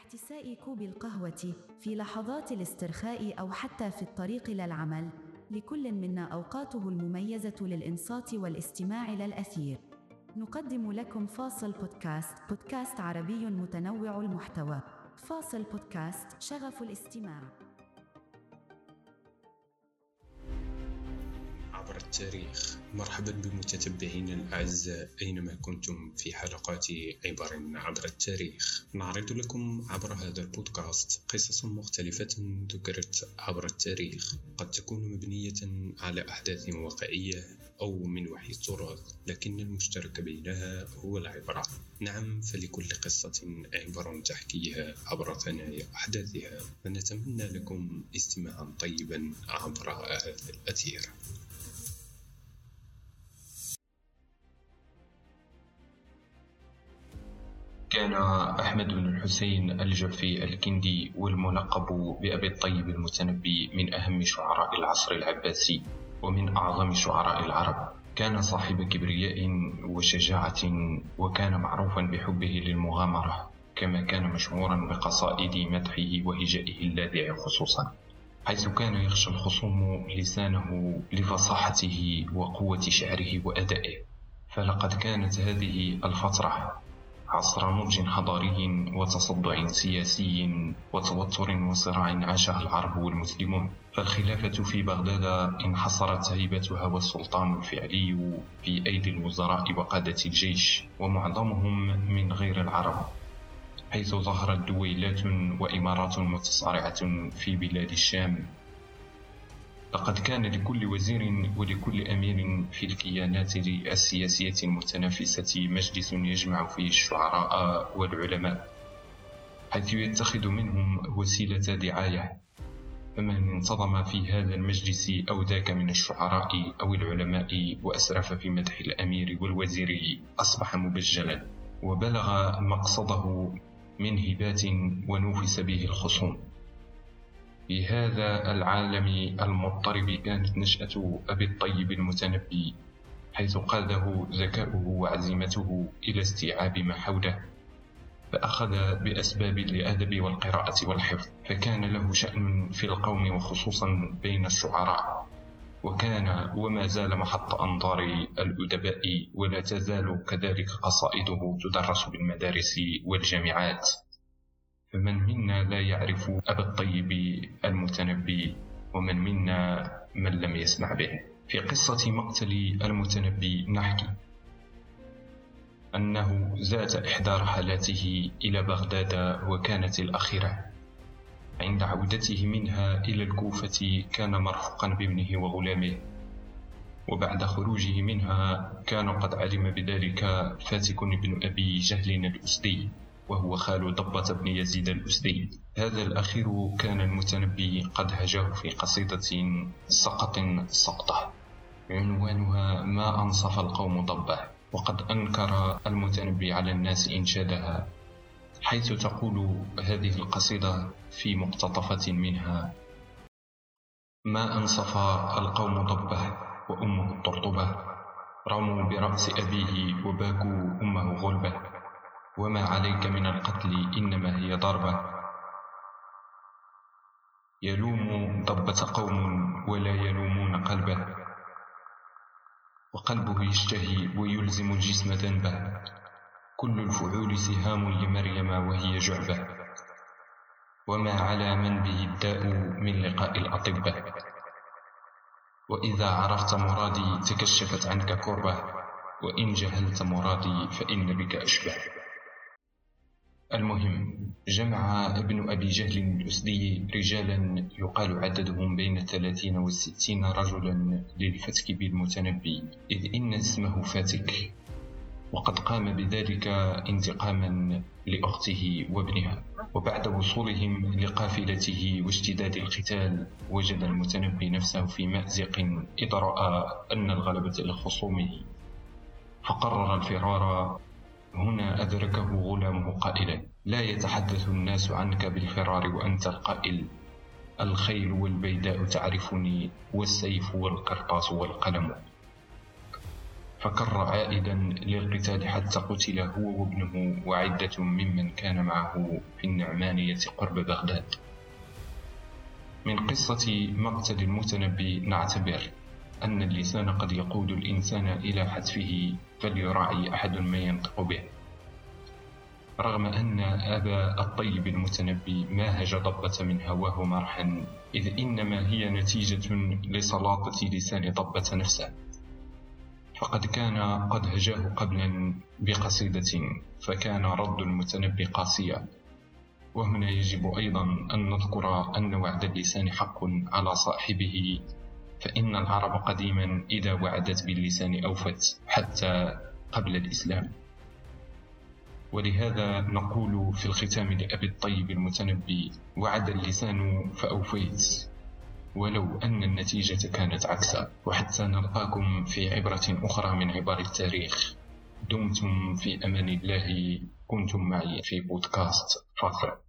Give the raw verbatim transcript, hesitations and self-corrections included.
احتساء كوب القهوة في لحظات الاسترخاء أو حتى في الطريق إلى العمل، لكل منا أوقاته المميزة للإنصات والاستماع إلى الأثير. نقدم لكم فاصل بودكاست، بودكاست عربي متنوع المحتوى. فاصل بودكاست، شغف الاستماع. عبر التاريخ. مرحبا بمتتبعينا الأعزاء أينما كنتم في حلقات عبر عبر التاريخ. نعرض لكم عبر هذا البودكاست قصص مختلفة ذكرت عبر التاريخ، قد تكون مبنية على أحداث واقعية أو من وحي التراث، لكن المشترك بينها هو العبرة. نعم، فلكل قصة عبر تحكيها عبر ثنايا أحداثها، فنتمنى لكم استماعا طيبا عبر هذا الأثير. كان أحمد بن الحسين الجعفي الكندي والملقب بأبي الطيب المتنبي من أهم شعراء العصر العباسي ومن أعظم شعراء العرب. كان صاحب كبرياء وشجاعة، وكان معروفا بحبه للمغامرة، كما كان مشهورا بقصائد مدحه وهجائه اللاذع خصوصا، حيث كان يخشى الخصوم لسانه لفصاحته وقوة شعره وأدائه. فلقد كانت هذه الفترة عصر نضج حضاري وتصدع سياسي وتوتر وصراع عاشها العرب والمسلمون. فالخلافة في بغداد انحصرت هيبتها والسلطان الفعلي في أيدي الوزراء وقادة الجيش، ومعظمهم من غير العرب، حيث ظهرت دويلات وإمارات متصارعة في بلاد الشام. لقد كان لكل وزير ولكل أمير في الكيانات السياسية المتنافسة مجلس يجمع فيه الشعراء والعلماء، حيث يتخذ منهم وسيلة دعاية. فمن انتظم في هذا المجلس أو ذاك من الشعراء أو العلماء وأسرف في مدح الأمير والوزير أصبح مبجلا، وبلغ مقصده من هبات ونوفس به الخصوم. في هذا العالم المضطرب كانت نشأة أبي الطيب المتنبي، حيث قاده ذكاؤه وعزيمته إلى استيعاب ما حوله، فأخذ بأسباب الأدب والقراءة والحفظ، فكان له شأن في القوم وخصوصا بين الشعراء، وكان وما زال محط أنظار الأدباء، ولا تزال كذلك قصائده تدرس بالمدارس والجامعات. فمن منا لا يعرف أبا الطيب المتنبي، ومن منا من لم يسمع به. في قصة مقتل المتنبي نحكي أنه ذات إحدى رحلاته إلى بغداد، وكانت الأخيرة. عند عودته منها إلى الكوفة كان مرفقا بابنه وغلامه، وبعد خروجه منها كان قد علم بذلك فاتك بن أبي جهل الأسدي، وهو خال ضبة بن يزيد الأسدي. هذا الأخير كان المتنبي قد هجاه في قصيدة سقط سقطة عنوانها ما أنصف القوم ضبة، وقد أنكر المتنبي على الناس إنشادها، حيث تقول هذه القصيدة في مقتطفة منها: ما أنصف القوم ضبة وأمه الطرطبة، رموا برأس أبيه وباكوا أمه غلبة، وما عليك من القتل إنما هي ضربة، يلوم ضبة قوم ولا يلومون قلبه، وقلبه يشتهي ويلزم الجسم ذنبه، كل الفعول سهام لمريم وهي جعبة، وما على من به الداء من لقاء الأطباء، وإذا عرفت مرادي تكشفت عنك كربة، وإن جهلت مرادي فإن بك أشبه. المهم، جمع ابن أبي جهل الأسدي رجالا يقال عددهم بين الثلاثين والستين رجلا للفتك بالمتنبي، إذ إن اسمه فاتك، وقد قام بذلك انتقاما لأخته وابنها. وبعد وصولهم لقافلته واشتداد القتال، وجد المتنبي نفسه في مأزق إذ رأى أن الغلبة لخصومه، فقرر الفرار. هنا أدركه غلامه قائلا: لا يتحدث الناس عنك بالفرار وأنت القائل، الخيل والبيداء تعرفني، والسيف والقرطاس والقلم. فكر عائدا للقتال حتى قتل هو وابنه وعدة ممن كان معه في النعمانية قرب بغداد. من قصة مقتل المتنبي نعتبر أن اللسان قد يقود الإنسان إلى حتفه، فليراعي أحد ما ينطق به. رغم أن أبا الطيب المتنبي ما هج ضبة من هواه مرحا، إذ إنما هي نتيجة لسلاطة لسان ضبة نفسه، فقد كان قد هجاه قبلا بقصيدة فكان رد المتنبي قاسيا. وهنا يجب أيضا أن نذكر أن وعد اللسان حق على صاحبه، فإن العرب قديما إذا وعدت باللسان أوفت حتى قبل الإسلام. ولهذا نقول في الختام لأبي الطيب المتنبي: وعد اللسان فأوفيت، ولو أن النتيجة كانت عكسا. وحتى نلقاكم في عبرة أخرى من عبر التاريخ، دمتم في أمان الله. كنتم معي في بودكاست فاخر.